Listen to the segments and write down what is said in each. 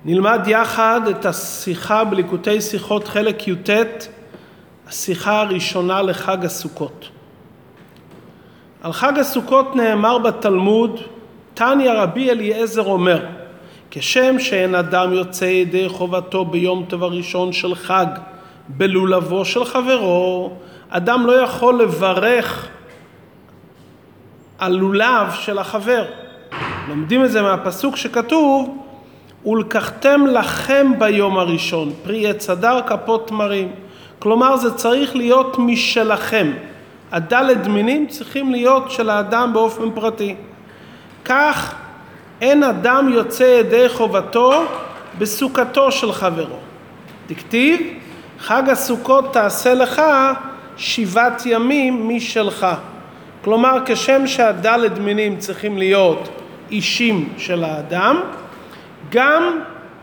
נלמד יחד את השיחה בליקוטי שיחות חלק י"ט, השיחה הראשונה לחג הסוכות. על חג הסוכות נאמר בתלמוד, תניא רבי אליעזר אומר, כשם שאין אדם יוצא ידי חובתו ביום טוב הראשון של חג בלולבו של חברו, אדם לא יכול לברך על לולב של החבר. לומדים את זה מהפסוק שכתוב, ולקחתם לכם ביום הראשון פרי עץ הדר כפות תמרים. כלומר זה צריך להיות משלכם. הדלת מינים צריכים להיות של האדם באופן פרטי. כך אין אדם יוצא ידי חובתו בסוכתו של חברו. תכתיב, חג הסוכות תעשה לך 7 ימים משלך. כלומר כשם שהדלת מינים צריכים להיות אישים של האדם, גם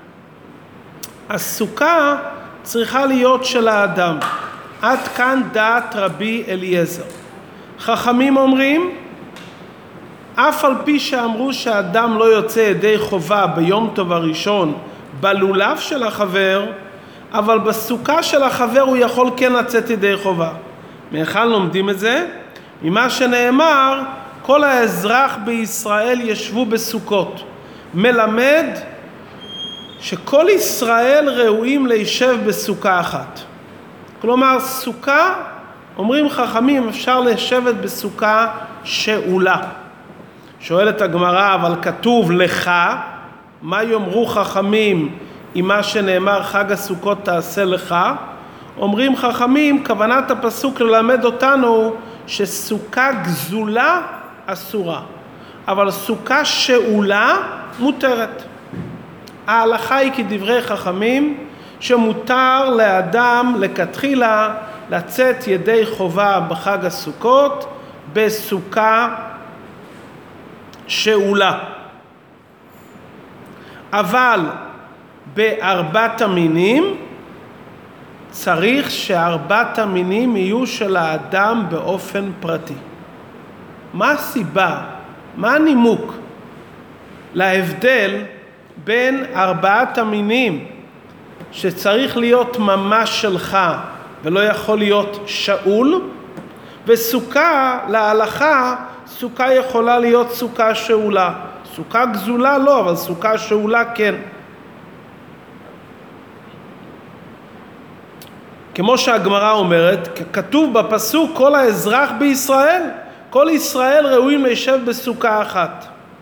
הסוכה צריכה להיות של האדם. עד כאן דעת רבי אליעזר. חכמים אומרים, אף על פי שאמרו שהאדם לא יוצא ידי חובה ביום טוב הראשון בלולב של החבר, אבל בסוכה של החבר הוא יכול כן לצאת ידי חובה. מאיפה לומדים את זה? ממה שנאמר, כל האזרח בישראל ישבו בסוכות. מלמד שכל ישראל ראויים להישב בסוכה אחת. כלומר סוכה, אומרים חכמים, אפשר לשבת בסוכה שאולה. שואלת הגמרא, אבל כתוב לך, מה יאמרו חכמים עם מה שנאמר חג הסוכות תעשה לך? אומרים חכמים, כוונת הפסוק ללמד אותנו שסוכה גזולה אסורה, אבל סוכה שאולה מותרת. ההלכה היא כדברי חכמים שמותר לאדם לכתחילה לצאת ידי חובה בחג הסוכות בסוכה שאולה. אבל בארבעת המינים צריך שארבעת המינים יהיו של האדם באופן פרטי. מה הסיבה? מה הנימוק להבדל בין 4 המינים שצריך להיות ממש שלך ולא יכול להיות שאול, וסוכה להלכה, סוכה יכולה להיות סוכה שאולה. סוכה גזולה לא, אבל סוכה שאולה כן. כמו שהגמרא אומרת, כתוב בפסוק כל האזרח בישראל, כל ישראל ראויים להישב בסוכה אחת.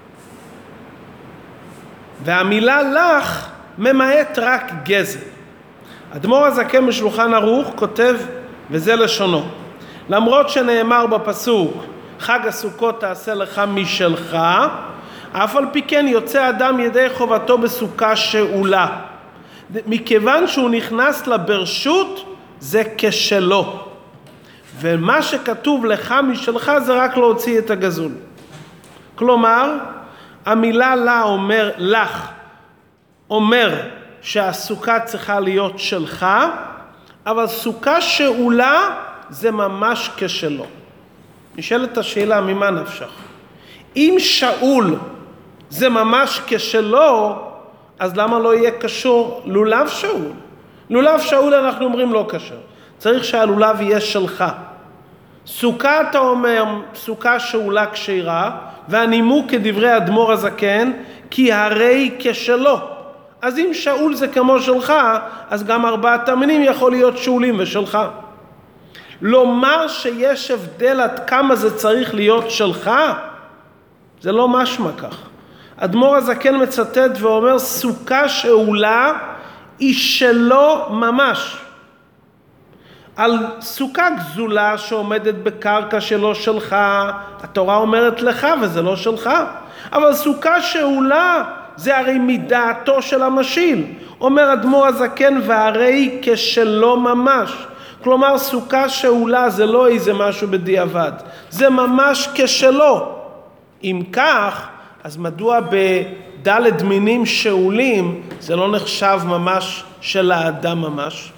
והמילה לך ממעט רק גזל. אדמו"ר הזקן בשולחן ערוך כותב, וזה לשונו, למרות שנאמר בפסוק חג הסוכות תעשה לך משלך, אף על פי כן יוצא אדם ידי חובתו בסוכה שאולה. מכיוון שהוא נכנס לברשות זה כשלו. ומה שכתוב לך משלך זה רק להוציא את הגזול. כלומר, המילה לה אומר, לך, אומר שהסוכה צריכה להיות שלך, אבל סוכה שאולה זה ממש כשלו. נשאלת השאלה, ממה נפשך? אם שאול זה ממש כשלו, אז למה לא יהיה קשור לולב שאול? לולב שאול אנחנו אומרים לא קשור. צריך שהלולב יהיה שלך. סוכה אתה אומר, סוכה שאולה כשירה, והנימוק כדברי אדמו"ר הזקן, כי הרי כשלו. אז אם שאול זה כמו שלך, אז גם 4 המינים יכול להיות שאולים ושלך. לומר שיש הבדל עד כמה זה צריך להיות שלך, זה לא משמע כך. אדמו"ר הזקן מצטט ואומר, סוכה שאולה היא שלו ממש. על סוכה גזולה שעומדת בקרקע שלא שלך, התורה אומרת לך וזה לא שלך. אבל סוכה שאולה זה הרי מדעתו של המשיל. אומר אדמו"ר הזקן, והרי כשלו ממש. כלומר סוכה שאולה זה לא איזה משהו בדיעבד, זה ממש כשלו. אם כך, אז מדוע בדלת מינים שאולים זה לא נחשב ממש של האדם ממש?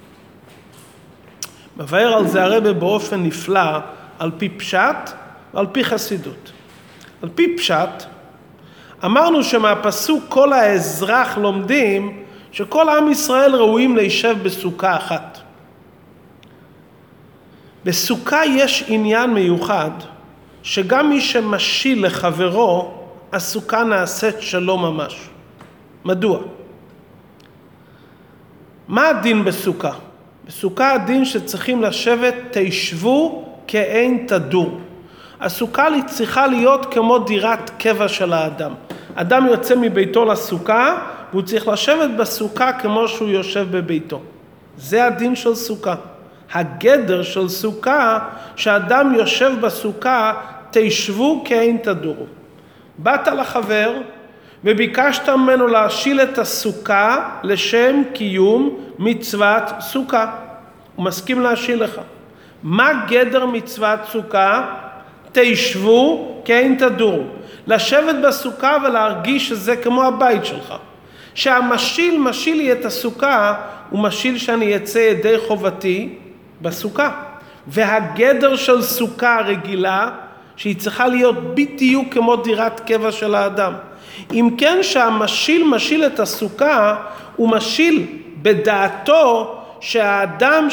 מבאר על זה הרב באופן נפלא על פי פשט ועל פי חסידות. על פי פשט, אמרנו שמהפסוק כל האזרח לומדים שכל עם ישראל ראויים להישב בסוכה אחת. בסוכה יש עניין מיוחד, שגם מי שמשיל לחברו, הסוכה נעשית שלו ממש. מדוע? מה הדין בסוכה? בסוכה הדין שצריכים לשבת תשבו כאין תדור. הסוכה צריכה להיות כמו דירת קבע של האדם. אדם יוצא מביתו לסוכה, והוא צריך לשבת בסוכה כמו שהוא יושב בביתו. זה הדין של סוכה. הגדר של סוכה, שאדם יושב בסוכה, תשבו כאין תדורו. באת לחבר וביקשת ממנו להשיל את הסוכה לשם קיום מצוות סוכה. הוא מסכים להשיל לך. מה גדר מצוות סוכה? תשבו כאין תדורו. לשבת בסוכה ולהרגיש שזה כמו הבית שלך. שהמשיל משיל לי את הסוכה, הוא משיל שאני יצא ידי חובתי בסוכה. והגדר של סוכה רגילה, שהיא צריכה להיות בדיוק כמו דירת קבע של האדם. אם כן שהמשיל משיל את הסוכה, הוא משיל בדעתו שהאדם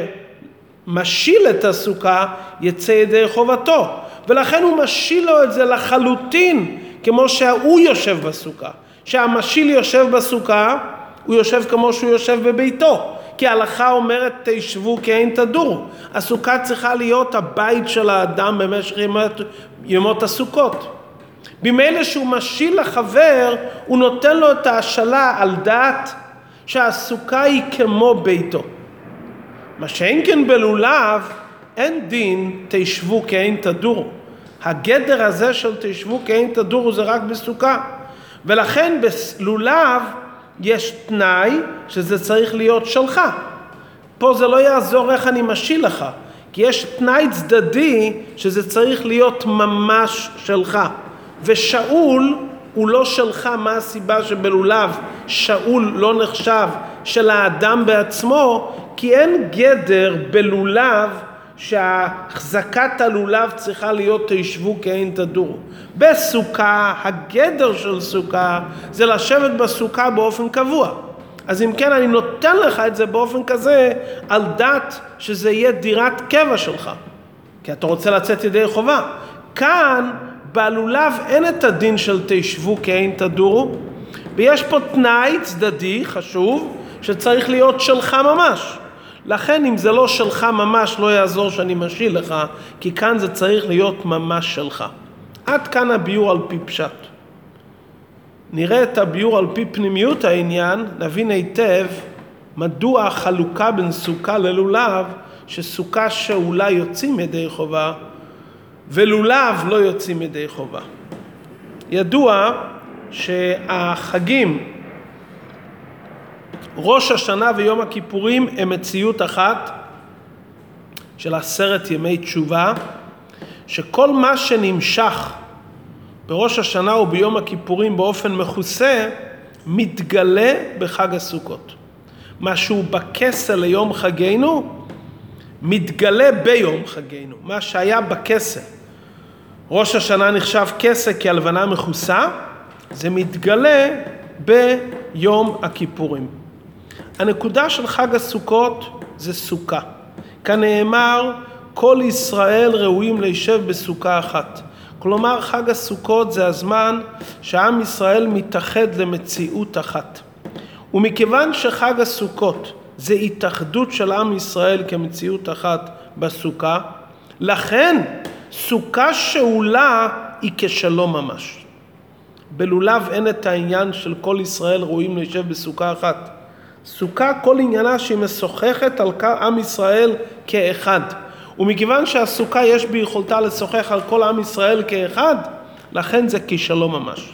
שמשיל את הסוכה יצא ידי חובתו. ולכן הוא משיל לו את זה לחלוטין כמו שהוא יושב בסוכה. שהמשיל יושב בסוכה, הוא יושב כמו שהוא יושב בביתו. כי ההלכה אומרת תשבו כאין תדורו. הסוכה צריכה להיות הבית של האדם במשך ימות הסוכות. במילא שהוא משיל לחבר, הוא נותן לו את ההשלה על דעת שהסוכה היא כמו ביתו. מה שאין כן בלולב, אין דין תשבו כאין תדורו. הגדר הזה של תשבו כאין תדורו זה רק בסוכה. ולכן בלולב יש תנאי שזה צריך להיות שלך. פה זה לא יעזור איך אני משיל לך, כי יש תנאי צדדי שזה צריך להיות ממש שלך. ושאול הוא לא שלך. מה הסיבה שבלולב שאול לא נחשב של האדם בעצמו? כי אין גדר בלולב שהחזקת הלולב צריכה להיות תשבו כאין תדורו. בסוכה, הגדר של סוכה זה לשבת בסוכה באופן קבוע. אז אם כן אני נותן לך את זה באופן כזה על דעת שזה יהיה דירת קבע שלך, כי אתה רוצה לצאת ידי חובה. כאן בלולב אין את הדין של תשבו כאין תדורו, ויש פה תנאי צדדי חשוב שצריך להיות שלך ממש. לכן אם זה לא שלך ממש לא יעזור שאני משיל לך, כי כאן זה צריך להיות ממש שלך. עד כאן הביור על פי פשט. נראה את הביור על פי פנימיות העניין, נבין היטב מדוע החלוקה בין סוכה ללולב, שסוכה שאולי יוצאים ידי חובה ולולב לא יוצאים ידי חובה. ידוע שהחגים ראש השנה ויום הכיפורים הם מציאות אחת של 10 ימי תשובה, שכל מה שנמשך בראש השנה וביום הכיפורים באופן מכוסה מתגלה בחג הסוכות. מה שהוא בכסה ליום חגינו מתגלה ביום חגינו. מה שהיה בכסה, ראש השנה נחשב כסה כי הלבנה מכוסה, זה מתגלה ביום הכיפורים. הנקודה של חג הסוכות זה סוכה. כאן נאמר כל ישראל ראויים להישב בסוכה אחת. כלומר חג הסוכות זה הזמן שעם ישראל מתאחד למציאות אחת. ומכיוון שחג הסוכות זה התאחדות של עם ישראל כמציאות אחת בסוכה, לכן סוכה שאולה היא כשלום ממש. בלולב אין את העניין של כל ישראל ראויים להישב בסוכה אחת. סוכה כל עניינה שהיא משוחחת על עם ישראל כאחד. ומכיוון שהסוכה יש ביכולתה לשוחח על כל עם ישראל כאחד, לכן זה כשלום ממש.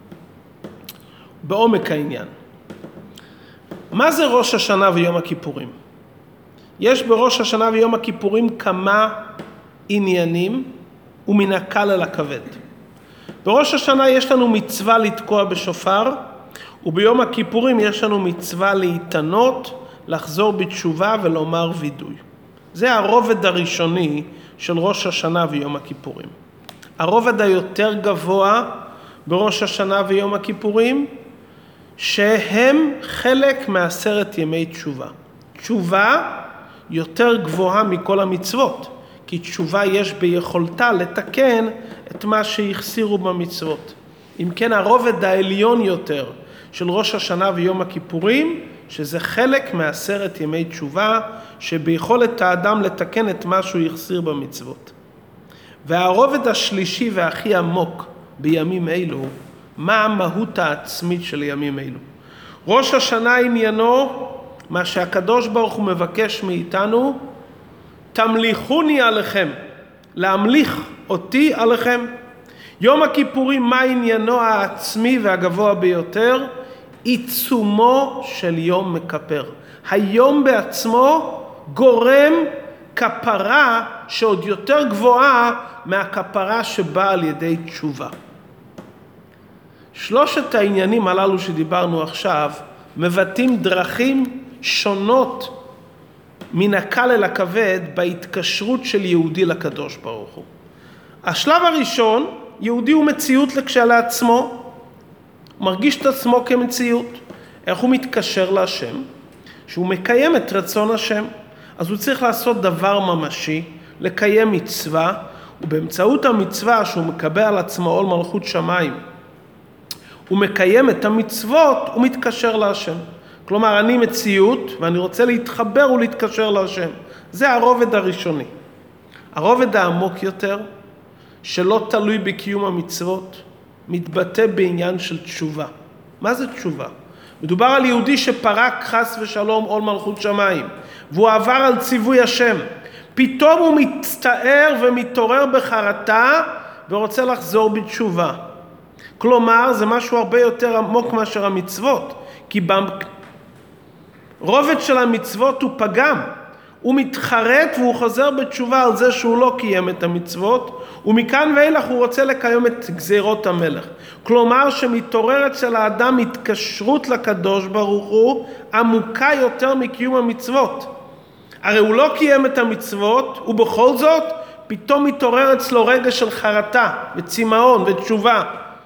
בעומק העניין. מה זה ראש השנה ויום הכיפורים? יש בראש השנה ויום הכיפורים כמה עניינים ומן הקל אל הכבד. בראש השנה יש לנו מצווה לתקוע בשופר, וביום הכיפורים יש לנו מצווה להתענות, לחזור בתשובה ולומר וידוי. זה הרובד הראשוני של ראש השנה ויום הכיפורים. הרובד היותר גבוה בראש השנה ויום הכיפורים, שהם חלק מ10 ימי תשובה. תשובה יותר גבוהה מכל המצוות, כי תשובה יש ביכולתה לתקן את מה שהחסירו במצוות. אם כן, הרובד העליון יותר של ראש השנה ויום הכיפורים, שזה חלק מ10 ימי תשובה, שביכולת האדם לתקן את מה שהוא החסיר במצוות. והרובד השלישי והכי עמוק בימים אלו, מה המהות העצמית של ימים אלו? ראש השנה עניינו, מה שהקדוש ברוך הוא מבקש מאיתנו, תמליכוני עליכם, להמליך אותי עליכם. יום הכיפורים, מה עניינו העצמי והגבוה ביותר? עיצומו של יום מכפר. היום בעצמו גורם כפרה שעוד יותר גבוהה מהכפרה שבאה על ידי תשובה. שלושת העניינים הללו שדיברנו עכשיו מבטאים דרכים שונות מן הקל אל הכבד בהתקשרות של יהודי לקדוש ברוך הוא. השלב הראשון, יהודי הוא מציאות כשלעצמו, הוא מרגיש את עצמו כמציאות. איך הוא מתקשר להשם? שהוא מקיים את רצון השם. אז הוא צריך לעשות דבר ממשי, לקיים מצווה, ובאמצעות המצווה שהוא מקבל על עצמו עול מלכות שמיים, הוא מקיים את המצוות, הוא מתקשר להשם. כלומר, אני מציאות ואני רוצה להתחבר ולהתקשר להשם. זה הרובד הראשוני. הרובד העמוק יותר, שלא תלוי בקיום המצוות, מתבטא בעניין של תשובה. מה זה תשובה? מדובר על יהודי שפרק חס ושלום עול מלכות שמיים, והוא עבר על ציווי השם. פתאום הוא מצטער ומתעורר בחרטה ורוצה לחזור בתשובה. כלומר, זה משהו הרבה יותר עמוק מאשר המצוות, כי ברובד של המצוות הוא פגם. הוא מתחרט והוא חוזר בתשובה על זה שהוא לא קיים את המצוות, ומכאן ואילך הוא רוצה לקיים את גזירות המלך. כלומר, שמתעוררת של האדם התקשרות לקדוש ברוך הוא עמוקה יותר מקיום המצוות. הרי הוא לא קיים את המצוות, ובכל זאת פתאום מתעורר אצלו רגש של חרטה וצמאון ותשובה.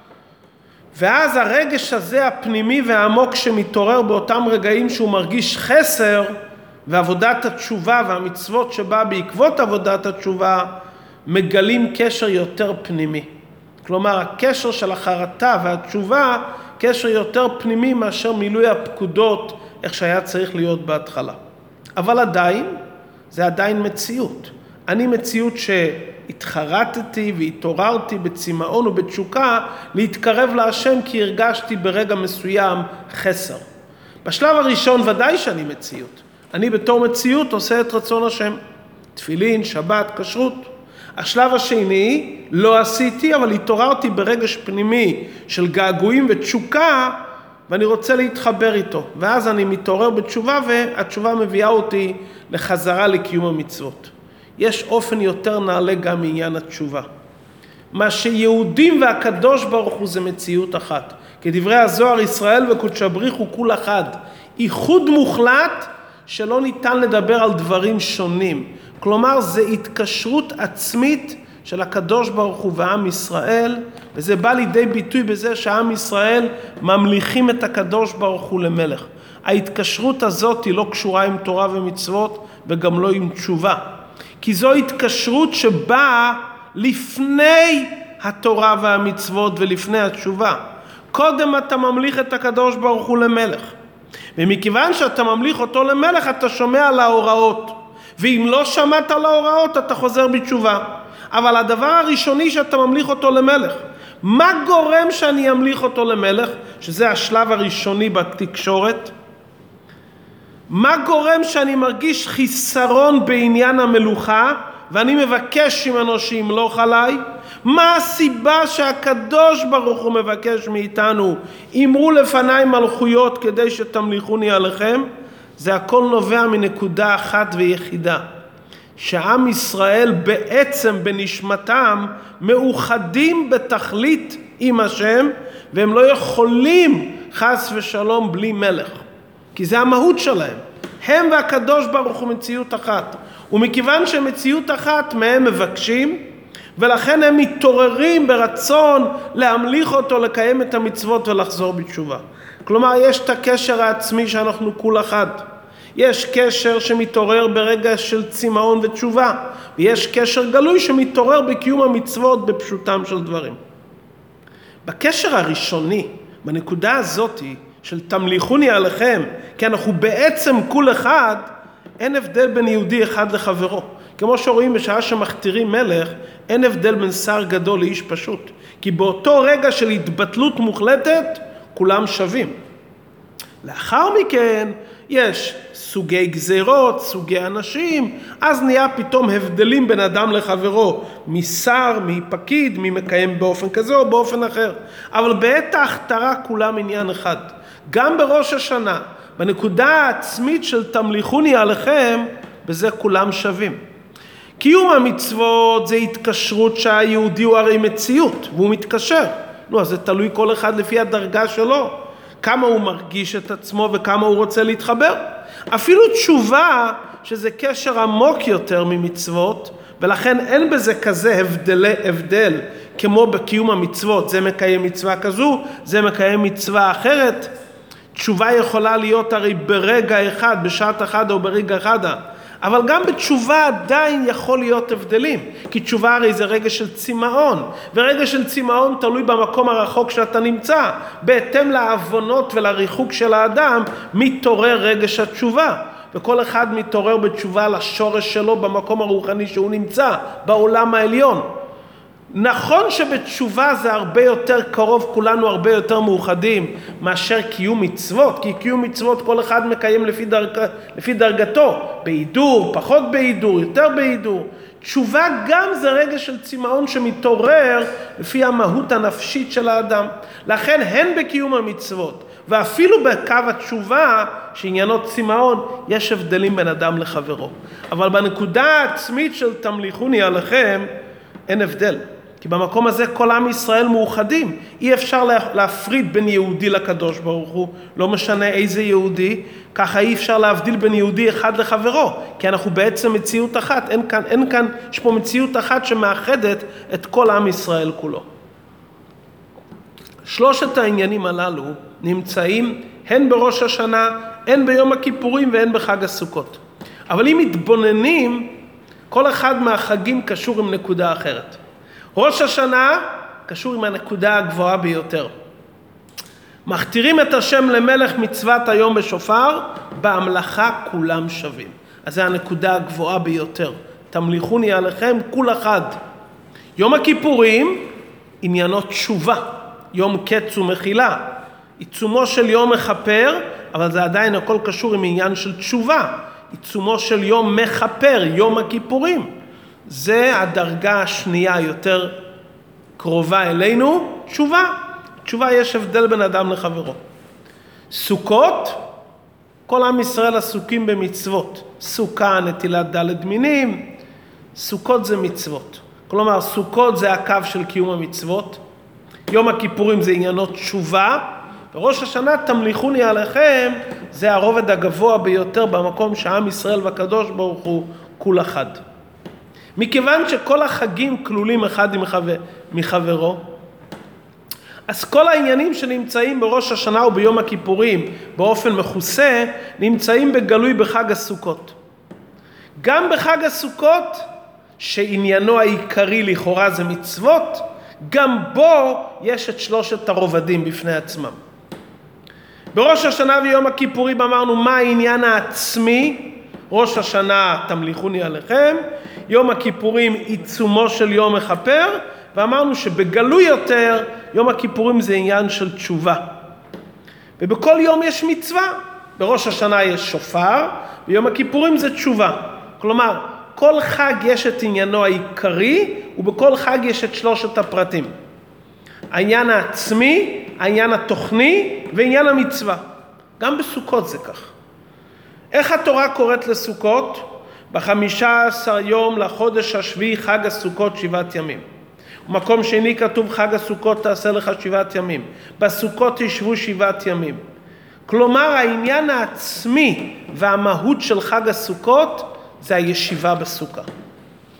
ואז הרגש הזה הפנימי והעמוק שמתעורר באותם רגעים שהוא מרגיש חסר, ועבודת התשובה והמצוות שבאה בעקבות עבודת התשובה מגלים קשר יותר פנימי. כלומר, הקשר של החרטה והתשובה קשר יותר פנימי מאשר מילוי הפקודות איך שהיה צריך להיות בהתחלה. אבל עדיין, זה עדיין מציאות. אני מציאות שהתחרטתי והתעוררתי בצמאון ובתשוקה להתקרב להשם, כי הרגשתי ברגע מסוים חסר. בשלב הראשון ודאי שאני מציאות. אני בתור מציאות עושה את רצון השם. תפילין, שבת, כשרות. השלב השני, לא עשיתי, אבל התעוררתי ברגש פנימי של געגועים ותשוקה, ואני רוצה להתחבר איתו. ואז אני מתעורר בתשובה, והתשובה מביאה אותי לחזרה לקיום המצוות. יש אופן יותר נעלה גם מעניין התשובה. מה שיהודים והקדוש ברוך הוא זה מציאות אחת. כדברי הזוהר, ישראל וקודשא בריך הוא כול אחד. איחוד מוחלט שלא ניתן לדבר על דברים שונים. כלומר, זה התקשרות עצמית של הקדוש ברוך הוא ועם ישראל, וזה בא לידי ביטוי בזה שעם ישראל ממליכים את הקדוש ברוך הוא למלך. ההתקשרות הזאת היא לא קשורה עם תורה ומצוות, וגם לא עם תשובה. כי זו התקשרות שבאה לפני התורה והמצוות ולפני התשובה. קודם אתה ממליך את הקדוש ברוך הוא למלך. ומכיוון שאתה ממליך אותו למלך, אתה שומע על ההוראות. ואם לא שמעת על ההוראות, אתה חוזר בתשובה. אבל הדבר הראשוני שאתה ממליך אותו למלך, מה גורם שאני אמליך אותו למלך? שזה השלב הראשוני בתקשורת. מה גורם שאני מרגיש חיסרון בעניין המלוכה, ואני מבקש ממנו שימלוך עליי? מה הסיבה שהקדוש ברוך הוא מבקש מאיתנו, אמרו לפניי מלכויות כדי שתמליכוני עליכם? זה הכל נובע מנקודה אחת ויחידה, שעם ישראל בעצם בנשמתם מאוחדים בתכלית עם השם, והם לא יכולים חס ושלום בלי מלך, כי זה המהות שלהם. הם והקדוש ברוך הוא מציאות אחת, ומכיוון שמציאות אחת מהם מבקשים, ולכן הם מתעוררים ברצון להמליך אותו, לקיים את המצוות ולחזור בתשובה. כלומר, יש את הקשר העצמי שאנחנו כול אחד. יש קשר שמתעורר ברגע של צמאון ותשובה, ויש קשר גלוי שמתעורר בקיום המצוות בפשוטם של דברים. בקשר הראשוני, בנקודה הזאת של תמליכוני עליכם, כי אנחנו בעצם כול אחד, אין הבדל בין יהודי אחד לחברו. כמו שרואים בשעה שמכתירים מלך, אין הבדל בין שר גדול לאיש פשוט. כי באותו רגע של התבטלות מוחלטת, כולם שווים. לאחר מכן, יש סוגי גזירות, סוגי אנשים, אז נהיה פתאום הבדלים בין אדם לחברו, משר, מפקיד, ממקיים באופן כזה או באופן אחר. אבל בעת ההכתרה כולם עניין אחד. גם בראש השנה, בנקודה העצמית של תמליכוני עליכם, בזה כולם שווים. קיום המצוות זה התקשרות שהיהודי הוא הרי מציאות, והוא מתקשר. אז זה תלוי כל אחד לפי הדרגה שלו. כמה הוא מרגיש את עצמו וכמה הוא רוצה להתחבר. אפילו תשובה, שזה קשר עמוק יותר ממצוות, ולכן אין בזה כזה הבדל כמו בקיום המצוות. זה מקיים מצווה כזו, זה מקיים מצווה אחרת. תשובה יכולה להיות הרי ברגע אחד, בשעת אחד או ברגע אחד. אבל גם בתשובה עדיין יכול להיות הבדלים, כי תשובה הרי זה רגע של צמאון, ורגע של צמאון תלוי במקום הרחוק שאתה נמצא. בהתאם לעוונות ולריחוק של האדם מתעורר רגש התשובה, וכל אחד מתעורר בתשובה לשורש שלו במקום הרוחני שהוא נמצא, בעולם העליון. נכון שבתשובה זה הרבה יותר קרוב, כולנו הרבה יותר מאוחדים מאשר קיום מצוות, כי קיום מצוות כל אחד מקיים לפי דרגתו, בהידור, פחות בהידור, יותר בהידור. תשובה גם זה רגע של צמאון שמתעורר לפי המהות הנפשית של האדם. לכן הן בקיום המצוות ואפילו בקו התשובה שעניינות צמאון יש הבדלים בין אדם לחברו. אבל בנקודה העצמית של תמליכוני עליכם אין הבדל. כי במקום הזה כל עם ישראל מאוחדים. אי אפשר להפריד בין יהודי לקדוש ברוך הוא, לא משנה איזה יהודי, ככה אי אפשר להבדיל בין יהודי אחד לחברו, כי אנחנו בעצם מציאות אחת, אין כאן, יש פה מציאות אחת שמאחדת את כל עם ישראל כולו. שלושת העניינים הללו נמצאים הן בראש השנה, הן ביום הכיפורים והן בחג הסוכות. אבל אם מתבוננים, כל אחד מהחגים קשור עם נקודה אחרת. ראש השנה קשור עם הנקודה הגבוהה ביותר. מכתירים את השם למלך מצוות היום בשופר, בהמלכה כולם שווים. אז זה הנקודה הגבוהה ביותר. תמליכוני עליכם כול אחד. יום הכיפורים עניינו תשובה, יום קץ ומחילה. עיצומו של יום מכפר, אבל זה עדיין הכל קשור עם עניין של תשובה. עיצומו של יום מכפר, יום הכיפורים. זה הדרגה השנייה יותר קרובה אלינו, תשובה. תשובה יש הבדל בין אדם לחברו. סוכות, כל עם ישראל עסוקים במצוות. סוכה, נטילת דלת מינים, סוכות זה מצוות. כלומר, סוכות זה הקו של קיום המצוות. יום הכיפורים זה עניינות תשובה. וראש השנה תמליכוני עליכם, זה הרובד הגבוה ביותר במקום שעם ישראל והקדוש ברוך הוא כול אחד. מכיוון שכל החגים כלולים אחד מחברו, אז כל העניינים שנמצאים בראש השנה וביום הכיפורים באופן מכוסה, נמצאים בגלוי בחג הסוכות. גם בחג הסוכות, שעניינו העיקרי לכאורה זה מצוות, גם בו יש את שלושת הרובדים בפני עצמם. בראש השנה ויום הכיפורים אמרנו מה העניין העצמי, ראש השנה תמליכוני עליכם, יום הכיפורים עיצומו של יום מכפר, ואמרנו שבגלוי יותר יום הכיפורים זה עניין של תשובה. ובכל יום יש מצווה, בראש השנה יש שופר, ויום הכיפורים זה תשובה. כלומר, כל חג יש את עניינו העיקרי, ובכל חג יש את שלושת הפרטים. העניין העצמי, העניין התוכני, ועניין המצווה. גם בסוכות זה כך. איך התורה קוראת לסוכות? ב15 יום לחודש השביעי חג הסוכות 7 ימים. במקום שני כתוב חג הסוכות תעשה לך 7 ימים. בסוכות ישבו 7 ימים. כלומר העניין העצמי והמהות של חג הסוכות זה הישיבה בסוכה.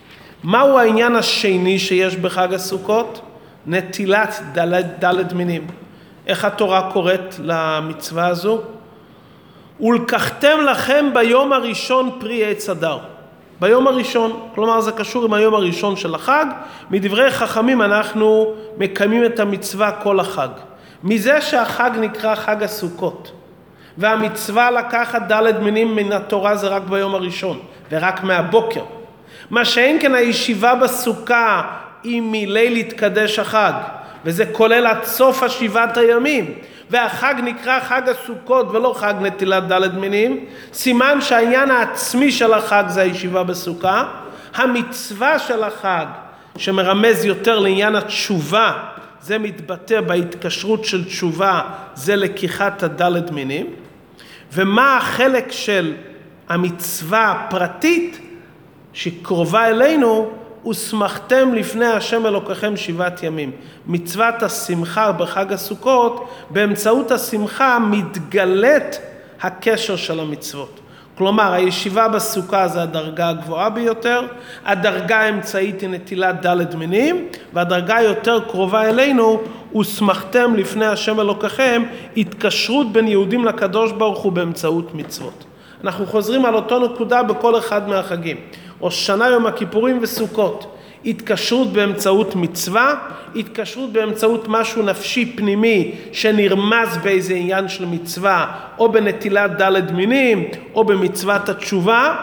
מהו העניין השני שיש בחג הסוכות? נטילת דלת מינים. איך התורה קוראת למצווה הזו? ולקחתם לכם ביום הראשון פרי עץ הדר. ביום הראשון, כלומר זה קשור עם היום הראשון של החג. מדברי חכמים אנחנו מקיימים את המצווה כל החג. מזה שהחג נקרא חג הסוכות, והמצווה לקחת דלת מינים מן התורה זה רק ביום הראשון, ורק מהבוקר. מה שאין כן הישיבה בסוכה היא מליל התקדש החג, וזה כולל עד סוף השבעת הימים, והחג נקרא חג הסוכות ולא חג נטילת דלת מינים, סימן שהעניין העצמי של החג זה הישיבה בסוכה. המצווה של החג שמרמז יותר לעניין התשובה, זה מתבטא בהתקשרות של תשובה, זה לקיחת הדלת מינים. ומה החלק של המצווה הפרטית שקרובה אלינו? ושמחתם לפני השם אלוקיכם 7 ימים. מצוות השמחה בחג הסוכות, באמצעות השמחה מתגלת הקשר של המצוות. כלומר, הישיבה בסוכה זה הדרגה הגבוהה ביותר, הדרגה האמצעית היא נטילת דלת מינים, והדרגה יותר קרובה אלינו, ושמחתם לפני השם אלוקיכם, התקשרות בין יהודים לקדוש ברוך הוא באמצעות מצוות. אנחנו חוזרים על אותו נקודה בכל אחד מהחגים. ראש שנה, יום הכיפורים וסוכות. התקשרות באמצעות מצווה, התקשרות באמצעות משהו נפשי פנימי שנרמז באיזה עניין של מצווה, או בנטילת דלת מינים, או במצוות התשובה.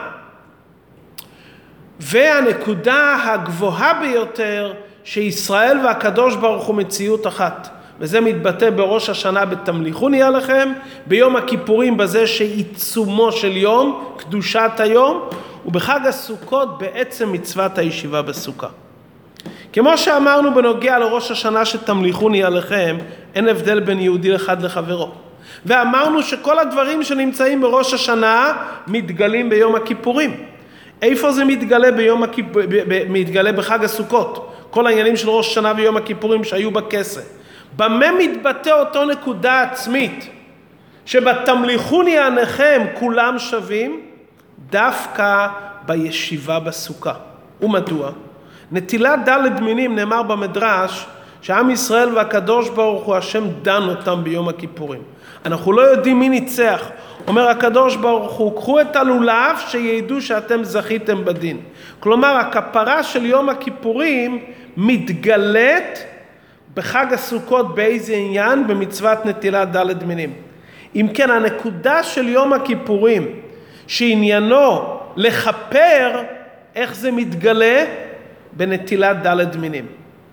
והנקודה הגבוהה ביותר, שישראל והקדוש ברוך הוא מציאות אחת. וזה מתבטא בראש השנה בתמליכוני עליכם, ביום הכיפורים בזה שעיצומו של יום, קדושת היום, ובחג הסוכות בעצם מצוות הישיבה בסוכה. כמו שאמרנו בנוגע לראש השנה שתמליכוני עליכם, אין הבדל בין יהודי אחד לחברו. ואמרנו שכל הדברים שנמצאים בראש השנה מתגלים ביום הכיפורים. איפה זה מתגלה מתגלה בחג הסוכות? כל העניינים של ראש השנה ויום הכיפורים שהיו בכסה. במה מתבטא אותו נקודה עצמית? שבתמליכוני עליכם כולם שווים? דווקא בישיבה בסוכה. ומדוע? נטילת דלת מינים נאמר במדרש שעם ישראל והקדוש ברוך הוא השם דן אותם ביום הכיפורים. אנחנו לא יודעים מי ניצח. אומר הקדוש ברוך הוא, קחו את הלולב שידעו שאתם זכיתם בדין. כלומר, הכפרה של יום הכיפורים מתגלת בחג הסוכות באיזה עניין? במצוות נטילת דלת מינים. אם כן, הנקודה של יום הכיפורים שעניינו לחפר, איך זה מתגלה? בנטילת דלת מינים.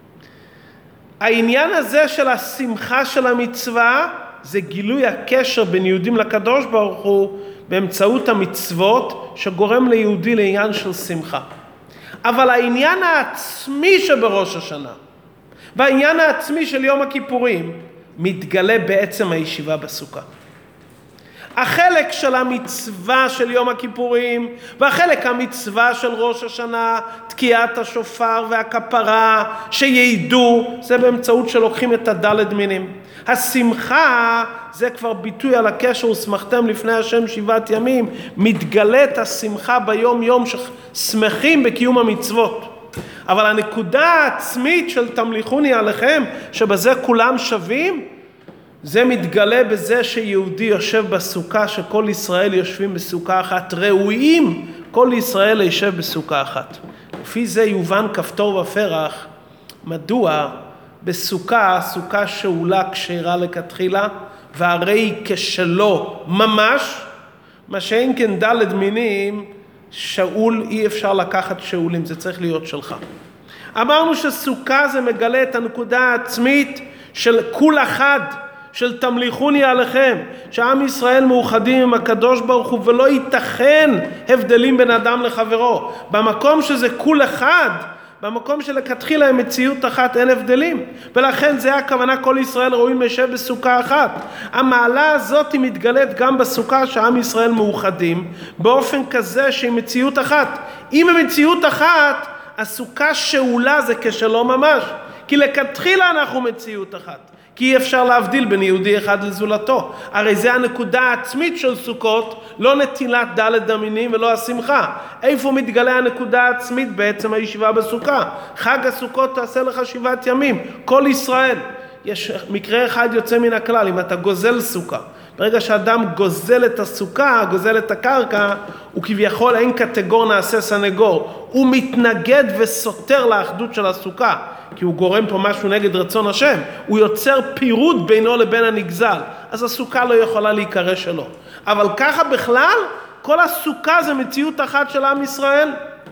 העניין הזה של השמחה של המצווה זה גילוי הקשר בין יהודים לקדוש ברוך הוא באמצעות המצוות שגורם ליהודי לעניין של שמחה. אבל העניין העצמי שבראש השנה והעניין העצמי של יום הכיפורים מתגלה בעצם הישיבה בסוכה. החלק של המצווה של יום הכיפורים והחלק המצווה של ראש השנה, תקיעת השופר והכפרה שידעו, זה באמצעות שלוקחים את הדלת מינים. השמחה זה כבר ביטוי על הקשר ושמחתם לפני השם 7 ימים, מתגלת השמחה ביום יום ששמחים בקיום המצוות. אבל הנקודה העצמית של תמליכוני עליכם שבזה כולם שווים, זה מתגלה בזה שיהודי יושב בסוכה, שכל ישראל יושבים בסוכה אחת, ראויים כל ישראל יושב בסוכה אחת. לפי זה יובן כפתור ופרח, מדוע בסוכה, סוכה שאולה כשרה לכתחילה, והרי כשלו ממש, מה שאין כן דלת מינים, שאול אי אפשר לקחת שאולים, זה צריך להיות שלך. אמרנו שסוכה זה מגלה את הנקודה העצמית של כול אחד, של תמליכוני עליכם, שעם ישראל מאוחדים עם הקדוש ברוך הוא ולא ייתכן הבדלים בין אדם לחברו. במקום שזה כול אחד, במקום שלכתחילה הם מציאות אחת, אין הבדלים. ולכן זה הכוונה כל ישראל ראויים לשב בסוכה אחת. המעלה הזאת היא מתגלית גם בסוכה שעם ישראל מאוחדים, באופן כזה שהיא מציאות אחת. אם היא מציאות אחת, הסוכה שאולה זה כשלא ממש. כי לכתחילה אנחנו מציאות אחת. כי אי אפשר להבדיל בין יהודי אחד לזולתו. הרי זה הנקודה העצמית של סוכות, לא נטילת ד' המינים ולא השמחה. איפה מתגלה הנקודה העצמית בעצם הישיבה בסוכה? חג הסוכות תעשה לך 7 ימים, כל ישראל. יש מקרה אחד יוצא מן הכלל, אם אתה גוזל סוכה. ברגע שאדם גוזל את הסוכה, גוזל את הקרקע, הוא כביכול אין קטגור נעשה סנגור. הוא מתנגד וסותר לאחדות של הסוכה, כי הוא גורם פה משהו נגד רצון השם. הוא יוצר פירוד בינו לבין הנגזל. אז הסוכה לא יכולה להיקרא שלו. אבל ככה בכלל, כל הסוכה זה מציאות אחת של עם ישראל.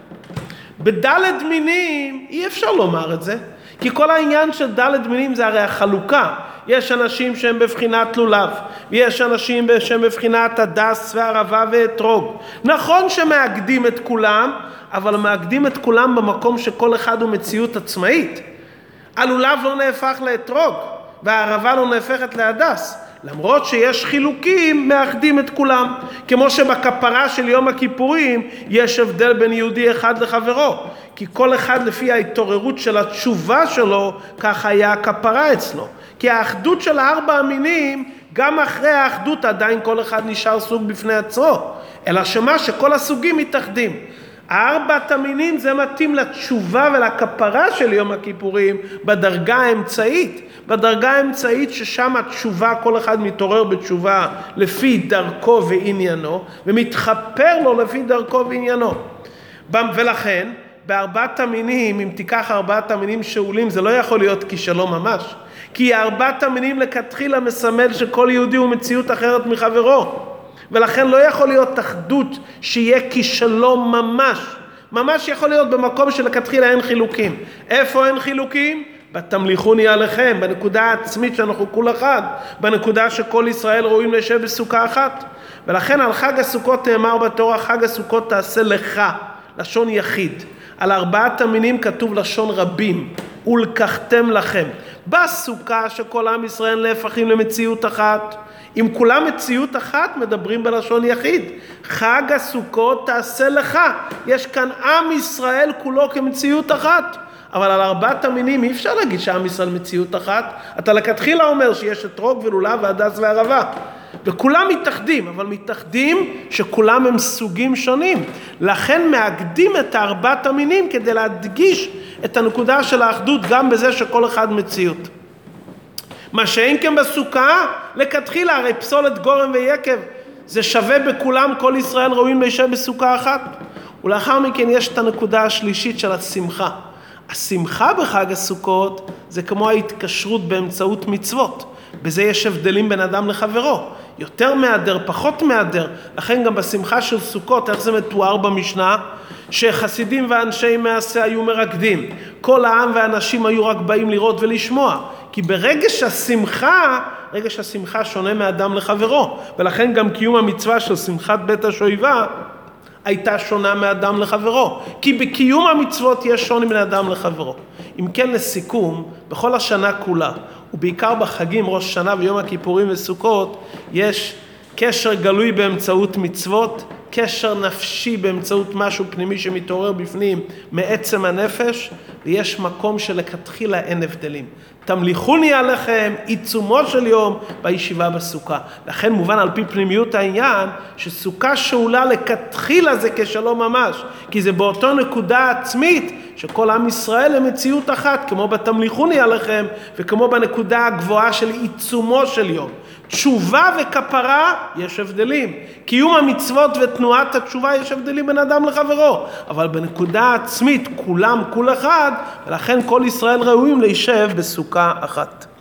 בד' מינים אי אפשר לומר את זה. כי כל העניין של ד' מינים זה הרי החלוקה. יש אנשים שהם בבחינת לולב, ויש אנשים שהם בבחינת הדס והערבה ואתרוג. נכון שמאגדים את כולם, אבל מאגדים את כולם במקום שכל אחד הוא מציאות עצמאית. הלולב לא נהפך לאתרוג, והערבה לא נהפכת להדס. למרות שיש חילוקים, מאחדים את כולם. כמו שבכפרה של יום הכיפורים יש הבדל בין יהודי אחד לחברו. כי כל אחד לפי ההתעוררות של התשובה שלו, כך היה הכפרה אצלו. כי האחדות של 4 המינים, גם אחרי האחדות עדיין כל אחד נשאר סוג בפני עצמו. אלא שכל הסוגים מתאחדים. 4 המינים זה מתאים לתשובה ולכפרה של יום הכיפורים בדרגה האמצעית. בדרגה האמצעית ששם התשובה, כל אחד מתעורר בתשובה לפי דרכו ועניינו, ומתחפר לו לפי דרכו ועניינו. ולכן, ב4 המינים, אם תיקח 4 המינים שאולים, זה לא יכול להיות כישלום ממש. כי 4 המינים לכתחילה מסמל שכל יהודי הוא מציאות אחרת מחברו. ולכן לא יכול להיות אחדות שיהיה כישלום ממש. ממש יכול להיות במקום שלכתחילה אין חילוקים. איפה אין חילוקים? בתמליכוני עליכם, בנקודה העצמית שאנחנו כול אחד, בנקודה שכל ישראל רואים לשב בסוכה אחת. ולכן על חג הסוכות נאמר בתורה, חג הסוכות תעשה לך, לשון יחיד. על 4 המינים כתוב לשון רבים, ולקחתם לכם. בסוכה שכל עם ישראל נהפכים למציאות אחת, אם כולם מציאות אחת מדברים בלשון יחיד. חג הסוכות תעשה לך. יש כאן עם ישראל כולו כמציאות אחת. אבל על 4 המינים אי אפשר להגיד שעם ישראל מציאות אחת. אתה לכתחילה אומר שיש אתרוג ולולב והדס והערבה. וכולם מתאחדים, אבל מתאחדים שכולם הם סוגים שונים. לכן מאגדים את 4 המינים כדי להדגיש את הנקודה של האחדות גם בזה שכל אחד מציאות. מה שאין כן בסוכה, לכתחילה, הרי פסולת גורם ויקב, זה שווה בכולם, כל ישראל ראויים להישב בסוכה אחת. ולאחר מכן יש את הנקודה השלישית של השמחה. השמחה בחג הסוכות זה כמו ההתקשרות באמצעות מצוות. בזה יש הבדלים בין אדם לחברו. יותר מהדר, פחות מהדר. לכן גם בשמחה של סוכות, איך זה מתואר במשנה? שחסידים ואנשי מעשה היו מרקדים. כל העם והאנשים היו רק באים לראות ולשמוע. כי ברגש השמחה שונה מאדם לחברו. ולכן גם קיום המצווה של שמחת בית השואיבה הייתה שונה מאדם לחברו. כי בקיום המצוות יש שוני בין אדם לחברו. אם כן לסיכום, בכל השנה כולה, ובעיקר בחגים ראש שנה ויום הכיפורים וסוכות, יש קשר גלוי באמצעות מצוות, קשר נפשי באמצעות משהו פנימי שמתעורר בפנים מעצם הנפש, ויש מקום שלכתחילה אין הבדלים. תמליכוני עליכם עיצומו של יום בישיבה בסוכה. לכן מובן על פי פנימיות העניין שסוכה שאולה לכתחילה זה כשלום ממש, כי זה באותו נקודה עצמית שכל עם ישראל הם מציאות אחת, כמו בתמליכוני עליכם וכמו בנקודה הגבוהה של עיצומו של יום. תשובה וכפרה יש הבדלים. קיום המצוות ותנועת התשובה יש הבדלים בין אדם לחברו. אבל בנקודה עצמית כולם כול אחד, ולכן כל ישראל ראויים להישב בסוכה אחת.